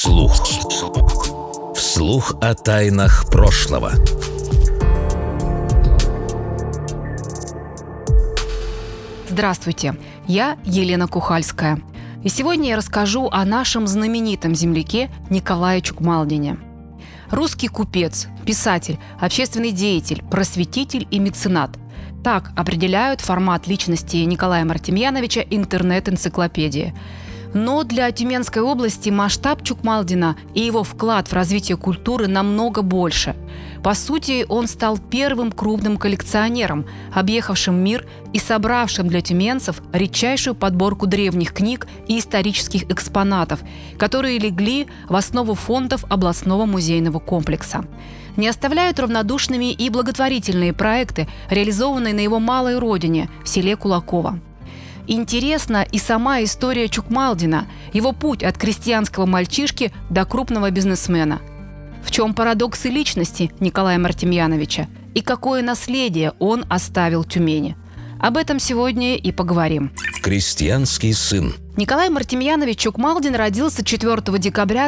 Вслух. Вслух о тайнах прошлого. Здравствуйте, я Елена Кухальская. И сегодня я расскажу о нашем знаменитом земляке Николае Чукмалдине. Русский купец, писатель, общественный деятель, просветитель и меценат. Так определяют формат личности Николая Мартемьяновича интернет-энциклопедии. Но для Тюменской области масштаб Чукмалдина и его вклад в развитие культуры намного больше. По сути, он стал первым крупным коллекционером, объехавшим мир и собравшим для тюменцев редчайшую подборку древних книг и исторических экспонатов, которые легли в основу фондов областного музейного комплекса. Не оставляют равнодушными и благотворительные проекты, реализованные на его малой родине, в селе Кулаково. Интересна и сама история Чукмалдина, его путь от крестьянского мальчишки до крупного бизнесмена. В чем парадоксы личности Николая Мартемьяновича и какое наследие он оставил Тюмени. Об этом сегодня и поговорим. Крестьянский сын. Николай Мартемьянович Чукмалдин родился 4 декабря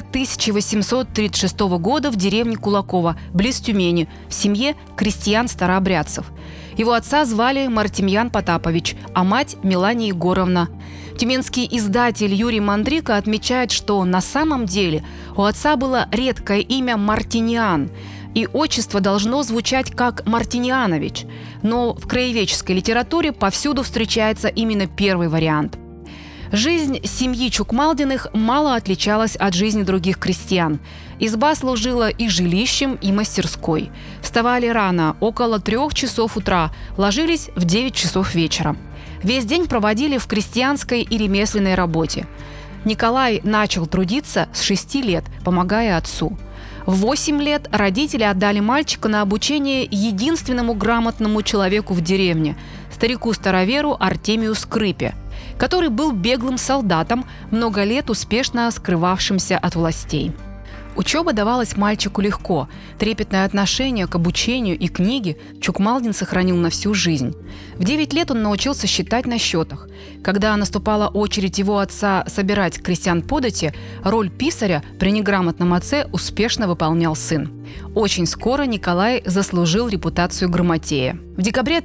1836 года в деревне Кулаково, близ Тюмени, в семье крестьян-старообрядцев. Его отца звали Мартемьян Потапович, а мать – Мелания Егоровна. Тюменский издатель Юрий Мандрика отмечает, что на самом деле у отца было редкое имя Мартиниан, и отчество должно звучать как Мартинианович, но в краеведческой литературе повсюду встречается именно первый вариант. Жизнь семьи Чукмалдиных мало отличалась от жизни других крестьян. Изба служила и жилищем, и мастерской. Вставали рано, около 3 часов утра, ложились в 9 часов вечера. Весь день проводили в крестьянской и ремесленной работе. Николай начал трудиться с 6 лет, помогая отцу. В 8 лет родители отдали мальчика на обучение единственному грамотному человеку в деревне – старику-староверу Артемию Скрыпе, который был беглым солдатом, много лет успешно скрывавшимся от властей. Учеба давалась мальчику легко. Трепетное отношение к обучению и книге Чукмалдин сохранил на всю жизнь. В 9 лет он научился считать на счетах. Когда наступала очередь его отца собирать крестьян подати, роль писаря при неграмотном отце успешно выполнял сын. Очень скоро Николай заслужил репутацию грамотея. В декабре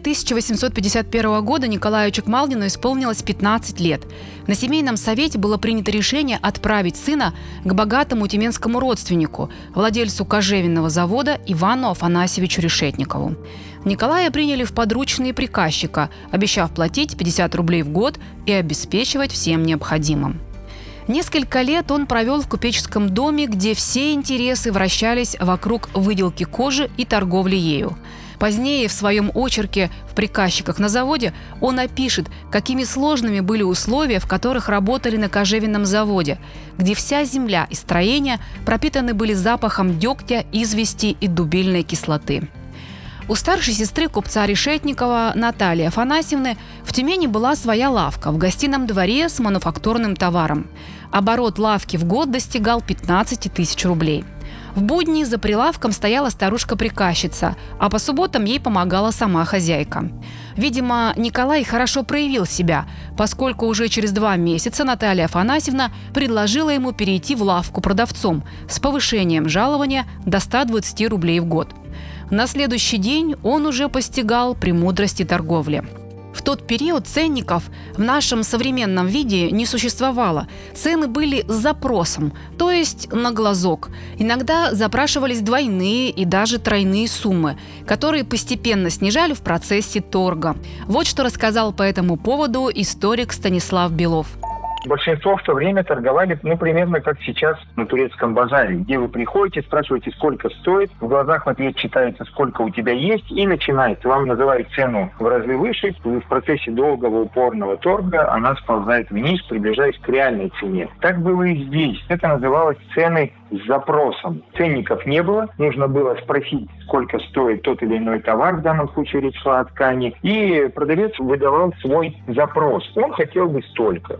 1851 года Николаю Чукмалдину исполнилось 15 лет. На семейном совете было принято решение отправить сына к богатому тюменскому родственнику, владельцу кожевенного завода Ивану Афанасьевичу Решетникову. Николая приняли в подручные приказчика, обещав платить 50 рублей в год и обеспечивать всем необходимым. Несколько лет он провел в купеческом доме, где все интересы вращались вокруг выделки кожи и торговли ею. Позднее в своем очерке «В приказчиках на заводе» он опишет, какими сложными были условия, в которых работали на кожевенном заводе, где вся земля и строения пропитаны были запахом дегтя, извести и дубильной кислоты. У старшей сестры купца Решетникова Натальи Афанасьевны в Тюмени была своя лавка в гостином дворе с мануфактурным товаром. Оборот лавки в год достигал 15 тысяч рублей. В будни за прилавком стояла старушка-приказчица, а по субботам ей помогала сама хозяйка. Видимо, Николай хорошо проявил себя, поскольку уже через 2 месяца Наталья Афанасьевна предложила ему перейти в лавку продавцом с повышением жалования до 120 рублей в год. На следующий день он уже постигал премудрости торговли. В тот период ценников в нашем современном виде не существовало. Цены были с запросом, то есть на глазок. Иногда запрашивались двойные и даже тройные суммы, которые постепенно снижали в процессе торга. Вот что рассказал по этому поводу историк Станислав Белов. Большинство в то время торговали, примерно как сейчас на турецком базаре, где вы приходите, спрашиваете, сколько стоит, в глазах в ответ читается, сколько у тебя есть, и начинается. Вам называют цену в разы выше, и в процессе долгого упорного торга она сползает вниз, приближаясь к реальной цене. Так было и здесь. Это называлось цены с запросом. Ценников не было, нужно было спросить, сколько стоит тот или иной товар, в данном случае речь шла о ткани, и продавец выдавал свой запрос. Он хотел бы столько. Но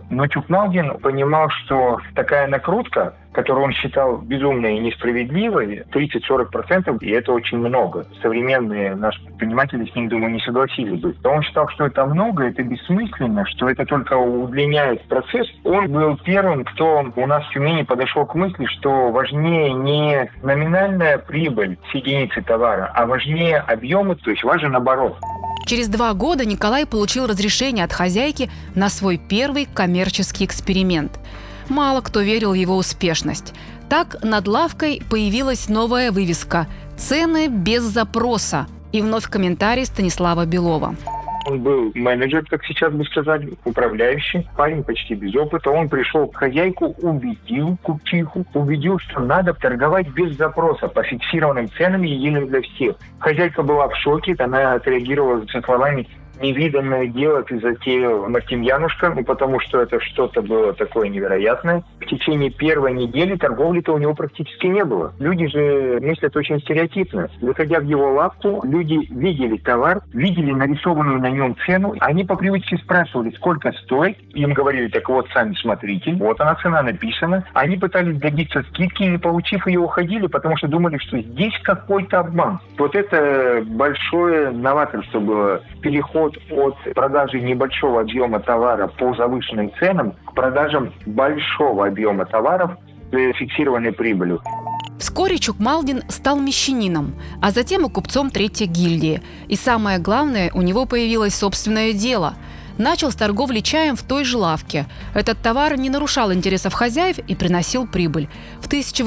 Чукмалдин понимал, что такая накрутка, которую он считал безумной и несправедливой, 30-40%, и это очень много. Современные наши предприниматели с ним, думаю, не согласились бы. Он считал, что это много, это бессмысленно, что это только удлиняет процесс. Он был первым, кто у нас в Тюмени подошел к мысли, что важнее не номинальная прибыль с единицы товара, а важнее объемы, то есть важен оборот. Через 2 года Николай получил разрешение от хозяйки на свой первый коммерческий эксперимент. Мало кто верил в его успешность. Так над лавкой появилась новая вывеска «Цены без запроса» и вновь комментарий Станислава Белова. Он был менеджер, как сейчас бы сказали, управляющий, парень почти без опыта. Он пришел к хозяйку, убедил купчиху, что надо торговать без запроса, по фиксированным ценам, единым для всех. Хозяйка была в шоке, она отреагировала со словами: «Невиданное дело ты затеял, Мартемьянушка», потому что это что-то было такое невероятное. В течение первой недели торговли-то у него практически не было. Люди же мыслят очень стереотипно. Выходя в его лавку, люди видели товар, видели нарисованную на нем цену. Они по привычке спрашивали, сколько стоит. Им говорили: так вот, сами смотрите, вот она, цена написана. Они пытались добиться скидки, не получив ее, уходили, потому что думали, что здесь какой-то обман. Вот это большое новаторство было. Переход от продажи небольшого объема товара по завышенным ценам к продажам большого объема товаров с фиксированной прибылью. Вскоре Чукмалдин стал мещанином, а затем и купцом третьей гильдии. И самое главное, у него появилось собственное дело. Начал с торговли чаем в той же лавке. Этот товар не нарушал интересов хозяев и приносил прибыль. В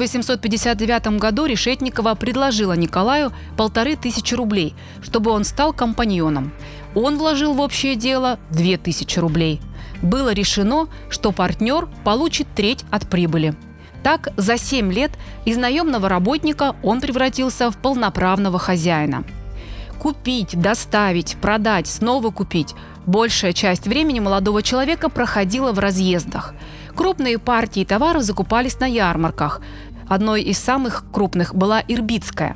1859 году Решетникова предложила Николаю 1500 рублей, чтобы он стал компаньоном. Он вложил в общее дело 2000 рублей. Было решено, что партнер получит треть от прибыли. Так, за 7 лет из наемного работника он превратился в полноправного хозяина. Купить, доставить, продать, снова купить – большая часть времени молодого человека проходила в разъездах. Крупные партии товаров закупались на ярмарках. Одной из самых крупных была Ирбитская.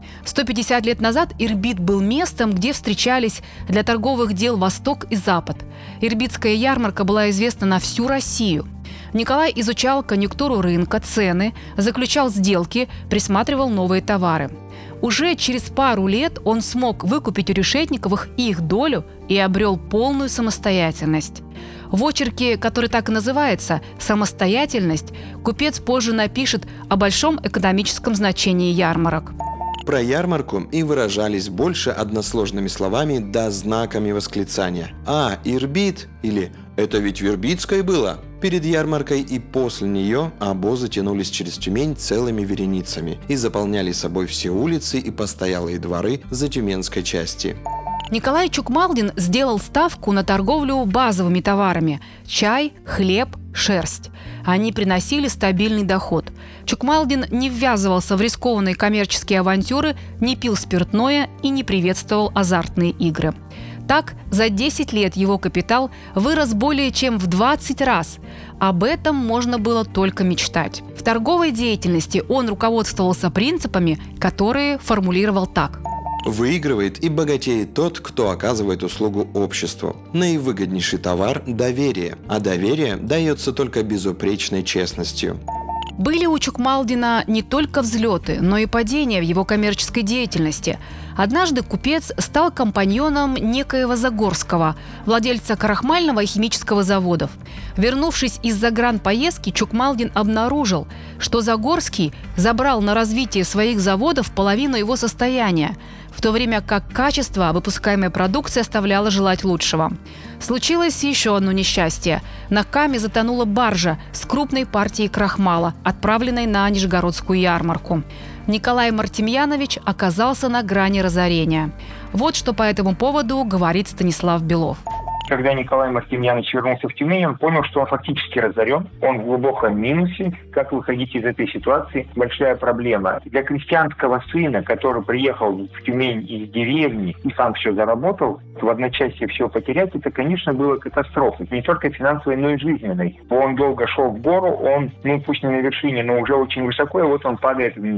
150 лет назад Ирбит был местом, где встречались для торговых дел Восток и Запад. Ирбитская ярмарка была известна на всю Россию. Николай изучал конъюнктуру рынка, цены, заключал сделки, присматривал новые товары. Уже через пару лет он смог выкупить у Решетниковых их долю и обрел полную самостоятельность. В очерке, который так и называется «Самостоятельность», купец позже напишет о большом экономическом значении ярмарок. Про ярмарку и выражались больше односложными словами да знаками восклицания. «А, Ирбит!» или «Это ведь в Ирбитской было?» Перед ярмаркой и после нее обозы тянулись через Тюмень целыми вереницами и заполняли собой все улицы и постоялые дворы затюменской части. Николай Чукмалдин сделал ставку на торговлю базовыми товарами – чай, хлеб, шерсть. Они приносили стабильный доход. Чукмалдин не ввязывался в рискованные коммерческие авантюры, не пил спиртное и не приветствовал азартные игры. Так, за 10 лет его капитал вырос более чем в 20 раз. Об этом можно было только мечтать. В торговой деятельности он руководствовался принципами, которые формулировал так. Выигрывает и богатеет тот, кто оказывает услугу обществу. Наивыгоднейший товар – доверие, а доверие дается только безупречной честностью. Были у Чукмалдина не только взлеты, но и падения в его коммерческой деятельности. Однажды купец стал компаньоном некоего Загорского, владельца крахмального и химического заводов. Вернувшись из загранпоездки, Чукмалдин обнаружил, что Загорский забрал на развитие своих заводов половину его состояния, в то время как качество выпускаемой продукции оставляло желать лучшего. Случилось еще одно несчастье. На Каме затонула баржа с крупной партией крахмала, отправленной на Нижегородскую ярмарку. Николай Мартемьянович оказался на грани разорения. Вот что по этому поводу говорит Станислав Белов. Когда Николай Мартемьянович вернулся в Тюмень, он понял, что он фактически разорен, он в глубоком минусе. Как выходить из этой ситуации? Большая проблема. Для крестьянского сына, который приехал в Тюмень из деревни и сам все заработал, в одночасье все потерять, это, конечно, было катастрофой. Не только финансовой, но и жизненной. Он долго шел в гору, он, пусть не на вершине, но уже очень высоко, и вот он падает вниз.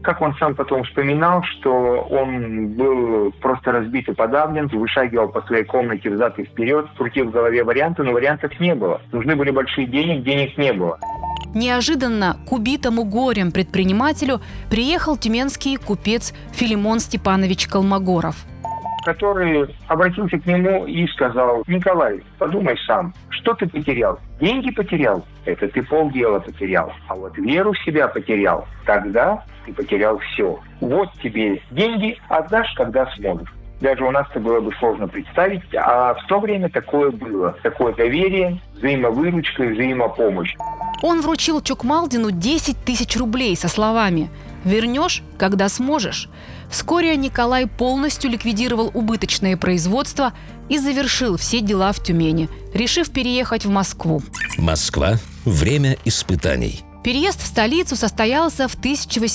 Как он сам потом вспоминал, что он был просто разбит и подавлен, вышагивал по своей комнате взад и вперед, крутил в голове варианты, но вариантов не было. Нужны были большие денег не было. Неожиданно к убитому горем предпринимателю приехал тюменский купец Филимон Степанович Колмогоров, который обратился к нему и сказал: Николай, подумай сам, что ты потерял? Деньги потерял? Это ты полдела потерял. А вот веру в себя потерял. Тогда ты потерял все. Вот тебе деньги, отдашь, когда сможешь. Даже у нас это было бы сложно представить, а в то время такое было. Такое доверие, взаимовыручка и взаимопомощь. Он вручил Чокмалдину 10 тысяч рублей со словами: «Вернешь, когда сможешь». Вскоре Николай полностью ликвидировал убыточное производство и завершил все дела в Тюмени, решив переехать в Москву. Москва. Время испытаний. Переезд в столицу состоялся в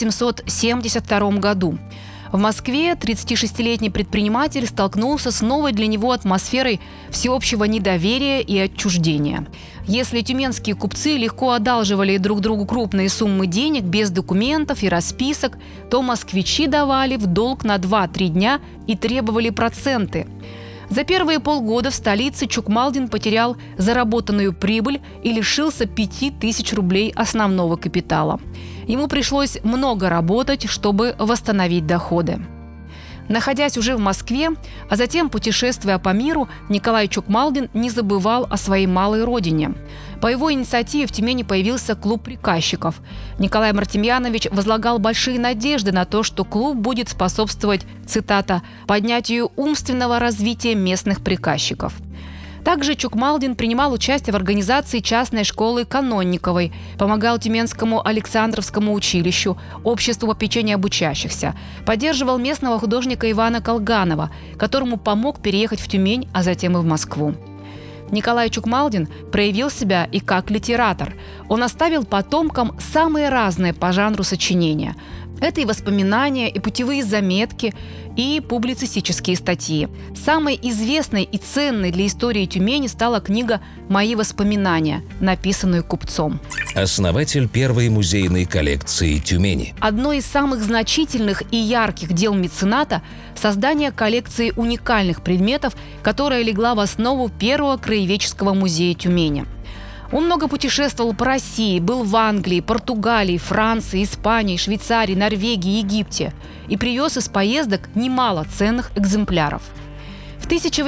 1872 году. В Москве 36-летний предприниматель столкнулся с новой для него атмосферой всеобщего недоверия и отчуждения. Если тюменские купцы легко одалживали друг другу крупные суммы денег без документов и расписок, то москвичи давали в долг на 2-3 дня и требовали проценты. За первые полгода в столице Чокмалдин потерял заработанную прибыль и лишился 5000 рублей основного капитала. Ему пришлось много работать, чтобы восстановить доходы. Находясь уже в Москве, а затем путешествуя по миру, Николай Чокмалдин не забывал о своей малой родине. По его инициативе в Тюмени появился клуб приказчиков. Николай Мартемьянович возлагал большие надежды на то, что клуб будет способствовать, цитата, «поднятию умственного развития местных приказчиков». Также Чокмалдин принимал участие в организации частной школы Канонниковой, помогал Тюменскому Александровскому училищу, обществу попечения обучающихся, поддерживал местного художника Ивана Колганова, которому помог переехать в Тюмень, а затем и в Москву. Николай Чокмалдин проявил себя и как литератор. Он оставил потомкам самые разные по жанру сочинения. Это и воспоминания, и путевые заметки, и публицистические статьи. Самой известной и ценной для истории Тюмени стала книга «Мои воспоминания», написанная купцом. Основатель первой музейной коллекции Тюмени. Одно из самых значительных и ярких дел мецената – создание коллекции уникальных предметов, которая легла в основу первого краеведческого музея Тюмени. Он много путешествовал по России, был в Англии, Португалии, Франции, Испании, Швейцарии, Норвегии, Египте и привез из поездок немало ценных экземпляров. В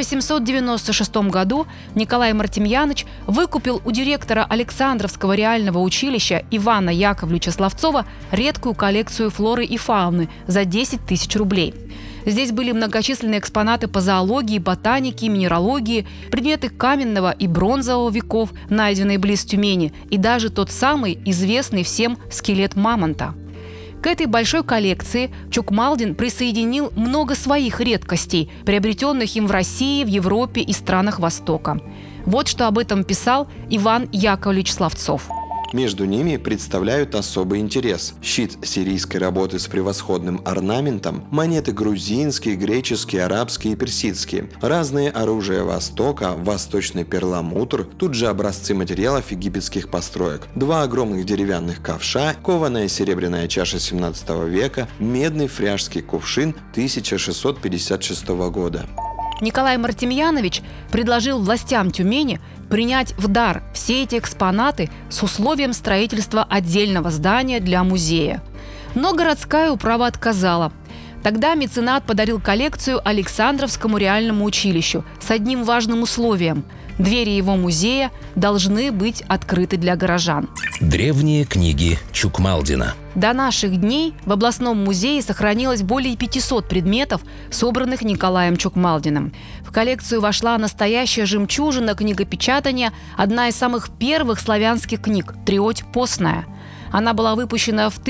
1896 году Николай Мартемьяныч выкупил у директора Александровского реального училища Ивана Яковлевича Словцова редкую коллекцию флоры и фауны за 10 тысяч рублей. Здесь были многочисленные экспонаты по зоологии, ботанике, минералогии, предметы каменного и бронзового веков, найденные близ Тюмени, и даже тот самый известный всем скелет мамонта. К этой большой коллекции Чокмалдин присоединил много своих редкостей, приобретенных им в России, в Европе и странах Востока. Вот что об этом писал Иван Яковлевич Словцов. Между ними представляют особый интерес: щит сирийской работы с превосходным орнаментом, монеты грузинские, греческие, арабские и персидские, разные оружия Востока, восточный перламутр, тут же образцы материалов египетских построек, 2 огромных деревянных ковша, кованая серебряная чаша 17 века, медный фряжский кувшин 1656 года. Николай Мартемьянович предложил властям Тюмени принять в дар все эти экспонаты с условием строительства отдельного здания для музея. Но городская управа отказала. Тогда меценат подарил коллекцию Александровскому реальному училищу с одним важным условием – двери его музея должны быть открыты для горожан. Древние книги Чокмалдина. До наших дней в областном музее сохранилось более 500 предметов, собранных Николаем Чокмалдиным. В коллекцию вошла настоящая жемчужина книгопечатания, одна из самых первых славянских книг – «Триоть постная». Она была выпущена в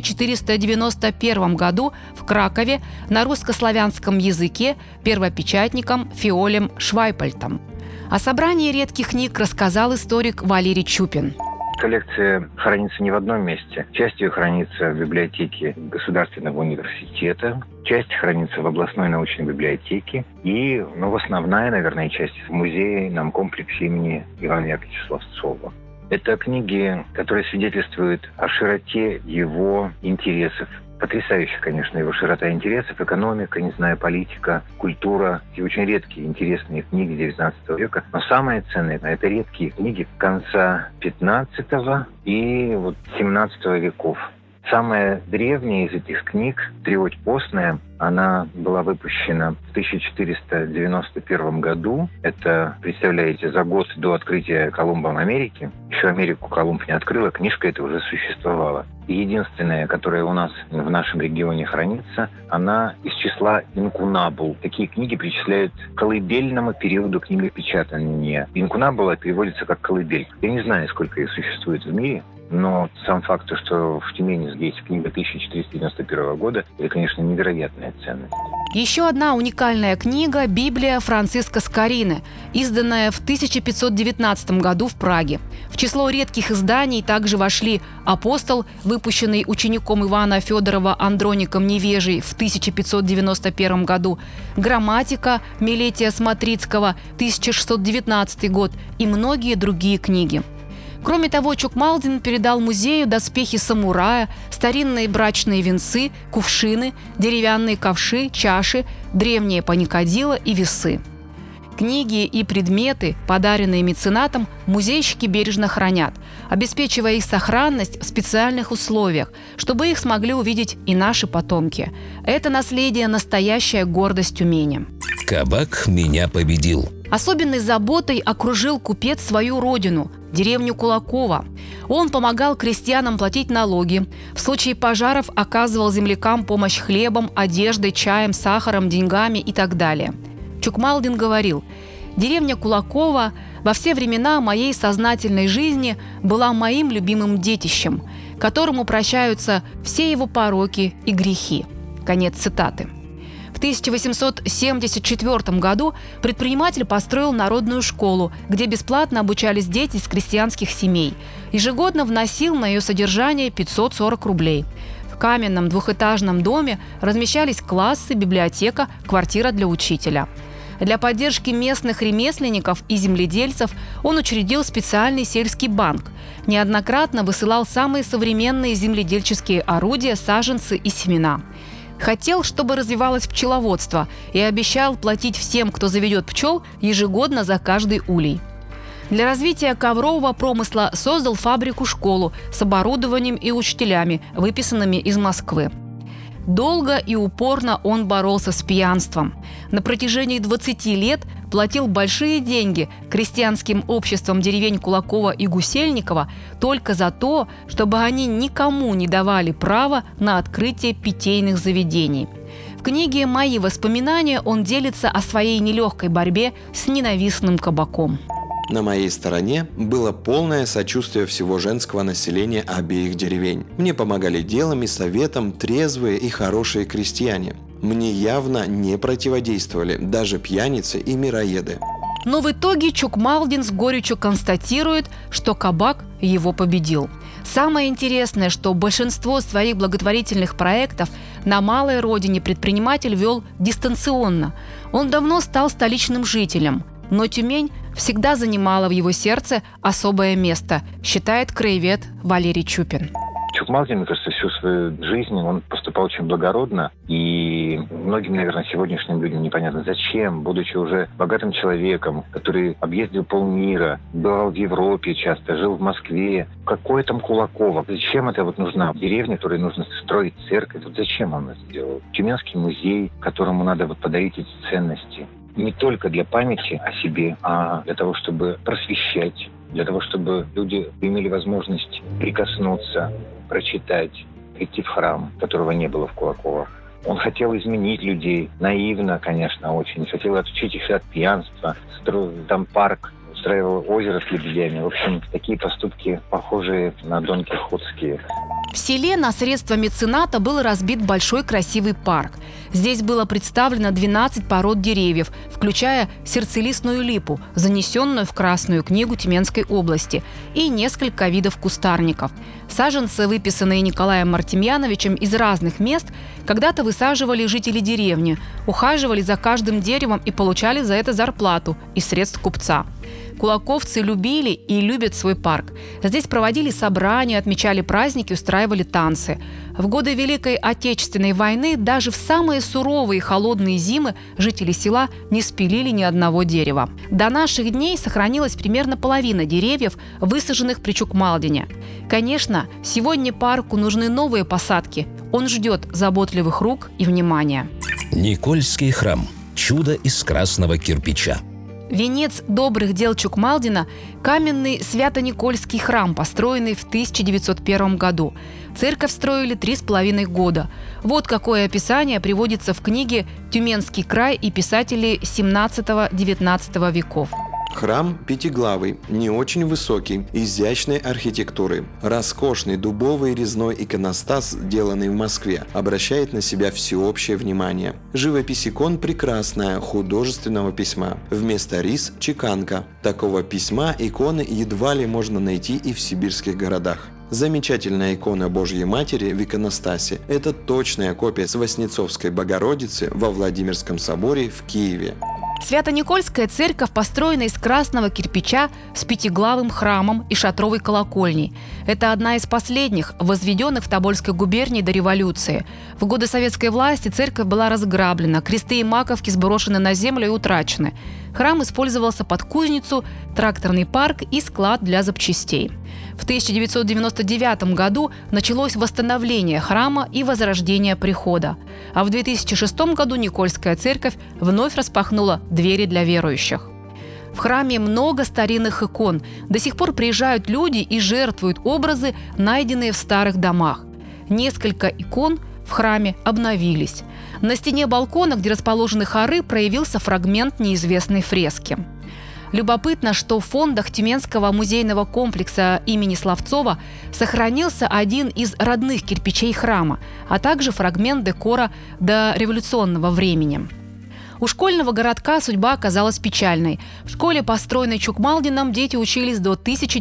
1491 году в Кракове на русско-славянском языке первопечатником Фиолем Швайпальтом. О собрании редких книг рассказал историк Валерий Чупин. Коллекция хранится не в одном месте. Часть ее хранится в библиотеке Государственного университета, часть хранится в областной научной библиотеке и, основная, наверное, часть в музейном комплексе имени Ивана Яковлевича Словцова. Это книги, которые свидетельствуют о широте его интересов, Потрясающая, конечно, его широта интересов, экономика, не знаю, политика, культура и очень редкие интересные книги XIX века. Но самое ценное – это редкие книги конца XV и XVII веков. Самая древняя из этих книг, «Тревоть постная», она была выпущена в 1491 году. Это, представляете, за год до открытия Колумбом Америки. Еще Америку Колумб не открыл, а книжка эта уже существовала. И единственная, которая у нас в нашем регионе хранится, она из числа инкунабул. Такие книги причисляют к колыбельному периоду книгопечатания. Инкунабула переводится как колыбель. Я не знаю, сколько их существует в мире, но сам факт, что в Тюмени есть книга 1491 года, это, конечно, невероятная ценность. Еще одна уникальная книга – Библия Франциска Скорины, изданная в 1519 году в Праге. В число редких изданий также вошли «Апостол», выпущенный учеником Ивана Федорова Андроником Невежей в 1591 году, «Грамматика» Милетия Смотрицкого, 1619 год и многие другие книги. Кроме того, Чокмалдин передал музею доспехи самурая, старинные брачные венцы, кувшины, деревянные ковши, чаши, древние паникадила и весы. Книги и предметы, подаренные меценатам, музейщики бережно хранят, обеспечивая их сохранность в специальных условиях, чтобы их смогли увидеть и наши потомки. Это наследие – настоящая гордость Тюмени. Кабак меня победил. Особенной заботой окружил купец свою родину – деревню Кулаково. Он помогал крестьянам платить налоги. В случае пожаров оказывал землякам помощь хлебом, одеждой, чаем, сахаром, деньгами и так далее. Чокмалдин говорил: «Деревня Кулаково во все времена моей сознательной жизни была моим любимым детищем, которому прощаются все его пороки и грехи». Конец цитаты. В 1874 году предприниматель построил народную школу, где бесплатно обучались дети из крестьянских семей. Ежегодно вносил на ее содержание 540 рублей. В каменном двухэтажном доме размещались классы, библиотека, квартира для учителя. Для поддержки местных ремесленников и земледельцев он учредил специальный сельский банк. Неоднократно высылал самые современные земледельческие орудия, саженцы и семена. Хотел, чтобы развивалось пчеловодство, и обещал платить всем, кто заведет пчел, ежегодно за каждый улей. Для развития коврового промысла создал фабрику-школу с оборудованием и учителями, выписанными из Москвы. Долго и упорно он боролся с пьянством. На протяжении 20 лет платил большие деньги крестьянским обществам деревень Кулаково и Гусельниково только за то, чтобы они никому не давали права на открытие питейных заведений. В книге «Мои воспоминания» он делится о своей нелегкой борьбе с ненавистным кабаком. На моей стороне было полное сочувствие всего женского населения обеих деревень. Мне помогали делом и советом трезвые и хорошие крестьяне. Мне явно не противодействовали даже пьяницы и мироеды. Но в итоге Чокмалдин с горечью констатирует, что кабак его победил. Самое интересное, что большинство своих благотворительных проектов на малой родине предприниматель вел дистанционно. Он давно стал столичным жителем, но Тюмень всегда занимала в его сердце особое место, считает краевед Валерий Чупин. Чокмалдин, мне кажется, всю свою жизнь он поступал очень благородно. И многим, наверное, сегодняшним людям непонятно, зачем, будучи уже богатым человеком, который объездил полмира, бывал в Европе часто, жил в Москве. Какое там Кулаково? Зачем это нужна деревня, которой нужно строить церковь? Зачем он это сделал? Тюменский музей, которому надо подарить эти ценности. Не только для памяти о себе, а для того, чтобы просвещать, для того, чтобы люди имели возможность прикоснуться, прочитать, прийти в храм, которого не было в Кулаково. Он хотел изменить людей, наивно, конечно, очень. Хотел отучить их от пьянства, строил там парк, устраивал озеро с лебедями. В общем, такие поступки похожие на донкихотские. В селе на средства мецената был разбит большой красивый парк. Здесь было представлено 12 пород деревьев, включая сердцелистную липу, занесенную в Красную книгу Тюменской области, и несколько видов кустарников. Саженцы, выписанные Николаем Мартемьяновичем из разных мест, когда-то высаживали жители деревни, ухаживали за каждым деревом и получали за это зарплату из средств купца. Кулаковцы любили и любят свой парк. Здесь проводили собрания, отмечали праздники, устраивали танцы. В годы Великой Отечественной войны даже в самые суровые и холодные зимы жители села не спилили ни одного дерева. До наших дней сохранилась примерно половина деревьев, высаженных при Чукмалдине. Конечно, сегодня парку нужны новые посадки. Он ждет заботливых рук и внимания. Никольский храм. Чудо из красного кирпича. Венец добрых дел Чукмалдина – каменный Свято-Никольский храм, построенный в 1901 году. Церковь строили 3,5 года. Вот какое описание приводится в книге «Тюменский край» и писателей 17-19 веков. Храм пятиглавый, не очень высокий, изящной архитектуры. Роскошный дубовый резной иконостас, сделанный в Москве, обращает на себя всеобщее внимание. Живопись икон прекрасная, художественного письма. Вместо рис – чеканка. Такого письма иконы едва ли можно найти и в сибирских городах. Замечательная икона Божьей Матери в иконостасе – это точная копия с Воснецовской Богородицы во Владимирском соборе в Киеве. Свято-Никольская церковь построена из красного кирпича с пятиглавым храмом и шатровой колокольней. Это одна из последних, возведенных в Тобольской губернии до революции. В годы советской власти церковь была разграблена, кресты и маковки сброшены на землю и утрачены. Храм использовался под кузницу, тракторный парк и склад для запчастей. В 1999 году началось восстановление храма и возрождение прихода. А в 2006 году Никольская церковь вновь распахнула двери для верующих. В храме много старинных икон. До сих пор приезжают люди и жертвуют образы, найденные в старых домах. Несколько икон в храме обновились. На стене балкона, где расположены хоры, проявился фрагмент неизвестной фрески. Любопытно, что в фондах Тюменского музейного комплекса имени Славцова сохранился один из родных кирпичей храма, а также фрагмент декора дореволюционного времени. У школьного городка судьба оказалась печальной. В школе, построенной Чукмалдином, дети учились до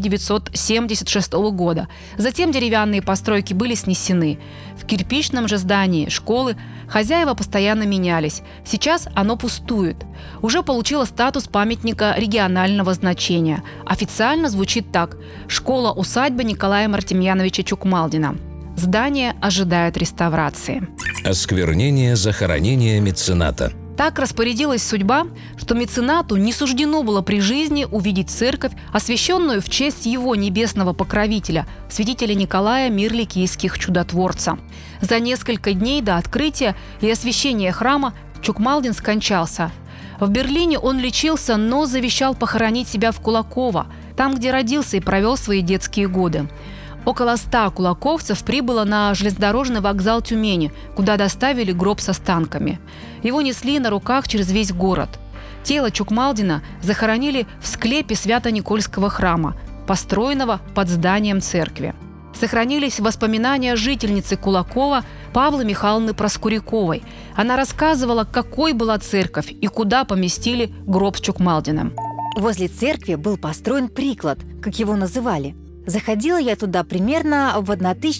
1976 года. Затем деревянные постройки были снесены. В кирпичном же здании школы хозяева постоянно менялись. Сейчас оно пустует. Уже получило статус памятника регионального значения. Официально звучит так: «Школа-усадьба Николая Мартемьяновича Чукмалдина». Здание ожидает реставрации. Осквернение захоронения мецената. Так распорядилась судьба, что меценату не суждено было при жизни увидеть церковь, освященную в честь его небесного покровителя, святителя Николая Мирликийских чудотворца. За несколько дней до открытия и освящения храма Чукмалдин скончался. В Берлине он лечился, но завещал похоронить себя в Кулаково, там, где родился и провел свои детские годы. Около 100 кулаковцев прибыло на железнодорожный вокзал Тюмени, куда доставили гроб с останками. Его несли на руках через весь город. Тело Чукмалдина захоронили в склепе Свято-Никольского храма, построенного под зданием церкви. Сохранились воспоминания жительницы Кулакова Павлы Михайловны Проскуряковой. Она рассказывала, какой была церковь и куда поместили гроб с Чукмалдиным. Возле церкви был построен приклад, как его называли. Заходила я туда примерно в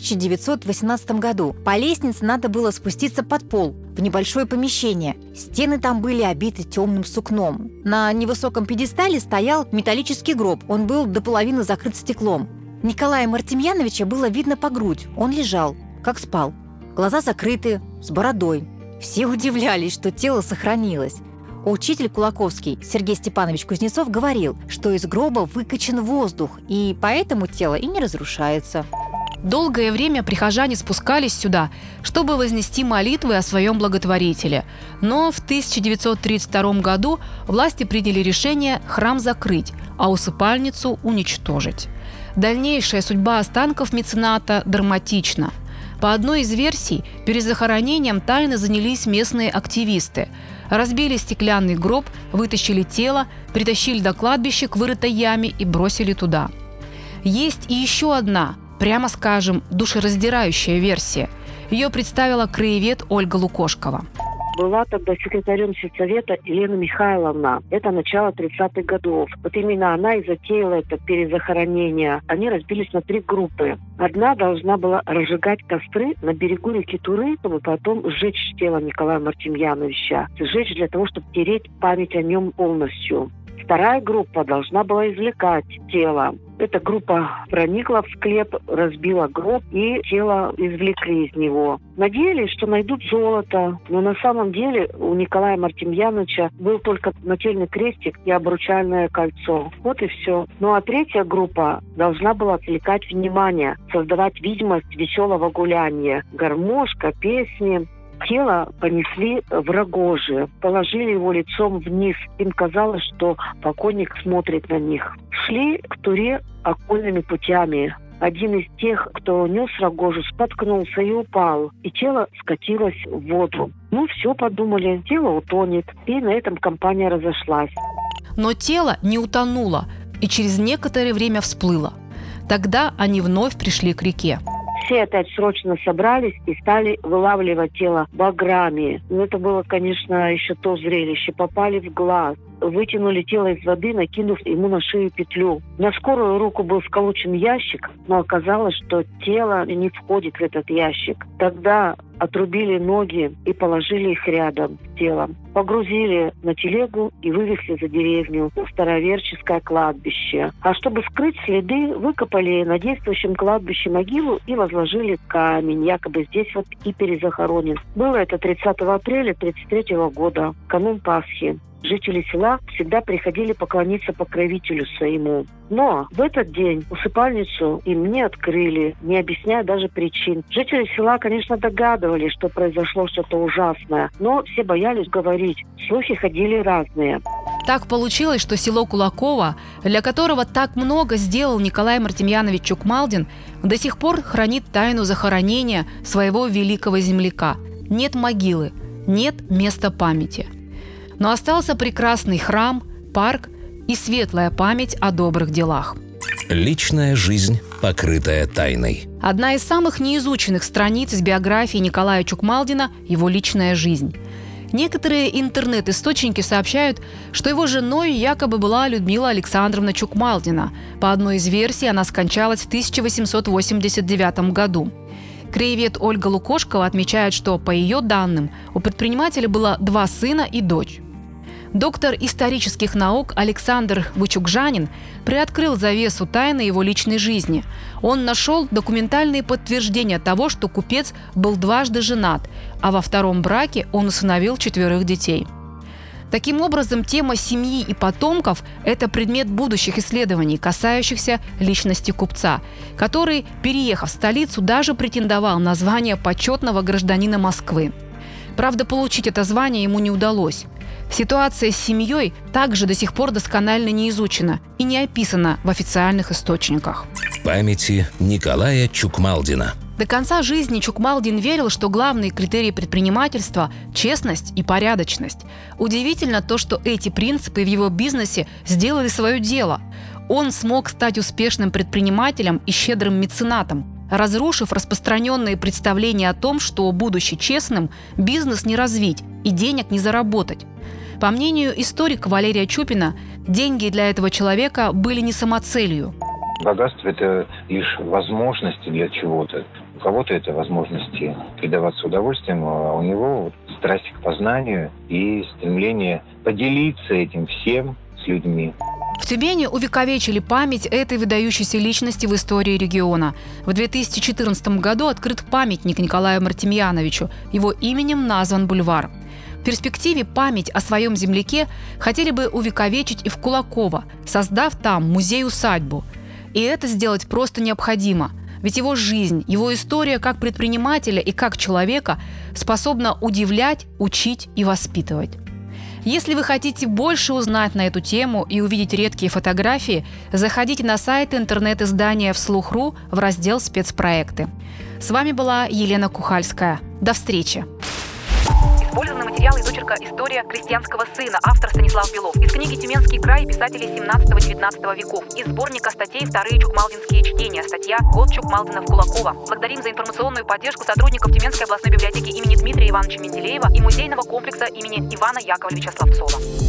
1918 году. По лестнице надо было спуститься под пол, в небольшое помещение. Стены там были обиты темным сукном. На невысоком пьедестале стоял металлический гроб. Он был до половины закрыт стеклом. Николая Мартемьяновича было видно по грудь. Он лежал, как спал. Глаза закрыты, с бородой. Все удивлялись, что тело сохранилось. Учитель Кулаковский Сергей Степанович Кузнецов говорил, что из гроба выкачан воздух, и поэтому тело и не разрушается. Долгое время прихожане спускались сюда, чтобы вознести молитвы о своем благотворителе. Но в 1932 году власти приняли решение храм закрыть, а усыпальницу уничтожить. Дальнейшая судьба останков мецената драматична. По одной из версий, перезахоронением тайно занялись местные активисты. Разбили стеклянный гроб, вытащили тело, притащили до кладбища к вырытой яме и бросили туда. Есть и еще одна, прямо скажем, душераздирающая версия. Ее представила краевед Ольга Лукошкова. Была тогда секретарем сельсовета Елена Михайловна. Это начало 30-х годов. Вот именно она и затеяла это перезахоронение. Они разбились на 3 группы. Одна должна была разжигать костры на берегу реки Туры, чтобы потом сжечь тело Николая Мартемьяновича. Сжечь для того, чтобы стереть память о нем полностью. Вторая группа должна была извлекать тело. Эта группа проникла в склеп, разбила гроб и тело извлекли из него. Надеялись, что найдут золото, но на самом деле у Николая Мартемьяновича был только нательный крестик и обручальное кольцо. Вот и все. Ну а третья группа должна была отвлекать внимание, создавать видимость веселого гуляния. Гармошка, песни. Тело понесли в Рогожи, положили его лицом вниз. Им казалось, что покойник смотрит на них. Шли к Туре окольными путями. Один из тех, кто нес Рогожу, споткнулся и упал, и тело скатилось в воду. Ну все, подумали, тело утонет, и на этом компания разошлась. Но тело не утонуло и через некоторое время всплыло. Тогда они вновь пришли к реке. Все опять срочно собрались и стали вылавливать тело баграми. Но это было, конечно, еще то зрелище. Попали в глаз. Вытянули тело из воды, накинув ему на шею петлю. На скорую руку был сколочен ящик, но оказалось, что тело не входит в этот ящик. Тогда отрубили ноги и положили их рядом с телом. Погрузили на телегу и вывезли за деревню в Староверческое кладбище. А чтобы скрыть следы, выкопали на действующем кладбище могилу и возложили камень. Якобы здесь вот и перезахоронен. Было это 30 апреля 1933 года, канун Пасхи. Жители села всегда приходили поклониться покровителю своему. Но в этот день усыпальницу им не открыли, не объясняя даже причин. Жители села, конечно, догадывались, что произошло что-то ужасное, но все боялись говорить. Слухи ходили разные. Так получилось, что село Кулаково, для которого так много сделал Николай Мартемьянович Чукмалдин, до сих пор хранит тайну захоронения своего великого земляка. Нет могилы, нет места памяти. Но остался прекрасный храм, парк и светлая память о добрых делах. Личная жизнь, покрытая тайной. Одна из самых неизученных страниц из биографии Николая Чукмалдина – его личная жизнь. Некоторые интернет-источники сообщают, что его женой якобы была Людмила Александровна Чукмалдина. По одной из версий, она скончалась в 1889 году. Краевед Ольга Лукошкова отмечает, что, по ее данным, у предпринимателя было 2 сына и дочь. Доктор исторических наук Александр Вычугжанин приоткрыл завесу тайны его личной жизни. Он нашел документальные подтверждения того, что купец был дважды женат, а во втором браке он усыновил 4 детей. Таким образом, тема семьи и потомков – это предмет будущих исследований, касающихся личности купца, который, переехав в столицу, даже претендовал на звание почетного гражданина Москвы. Правда, получить это звание ему не удалось. Ситуация с семьей также до сих пор досконально не изучена и не описана в официальных источниках. Памяти Николая Чукмалдина. До конца жизни Чукмалдин верил, что главные критерии предпринимательства – честность и порядочность. Удивительно то, что эти принципы в его бизнесе сделали свое дело. Он смог стать успешным предпринимателем и щедрым меценатом, разрушив распространенные представления о том, что, будучи честным, бизнес не развить и денег не заработать. По мнению историка Валерия Чупина, деньги для этого человека были не самоцелью. Богатство – это лишь возможности для чего-то. У кого-то это возможности предаваться удовольствием, а у него страсть к познанию и стремление поделиться этим всем с людьми. В Тюмени увековечили память этой выдающейся личности в истории региона. В 2014 году открыт памятник Николаю Мартемьяновичу. Его именем назван бульвар. В перспективе память о своем земляке хотели бы увековечить и в Кулаково, создав там музей-усадьбу. И это сделать просто необходимо. Ведь его жизнь, его история как предпринимателя и как человека способна удивлять, учить и воспитывать. Если вы хотите больше узнать на эту тему и увидеть редкие фотографии, заходите на сайт интернет-издания «Вслух.ру» в раздел «Спецпроекты». С вами была Елена Кухальская. До встречи! Использованы материалы из очерка «История крестьянского сына», автор Станислав Белов, из книги «Тюменский край» писателей 17-19 веков, из сборника статей «Вторые чукмалдинские чтения», статья «Год Чукмалдина в Кулаково». Благодарим за информационную поддержку сотрудников Тюменской областной библиотеки имени Дмитрия Ивановича Менделеева и музейного комплекса имени Ивана Яковлевича Славцова.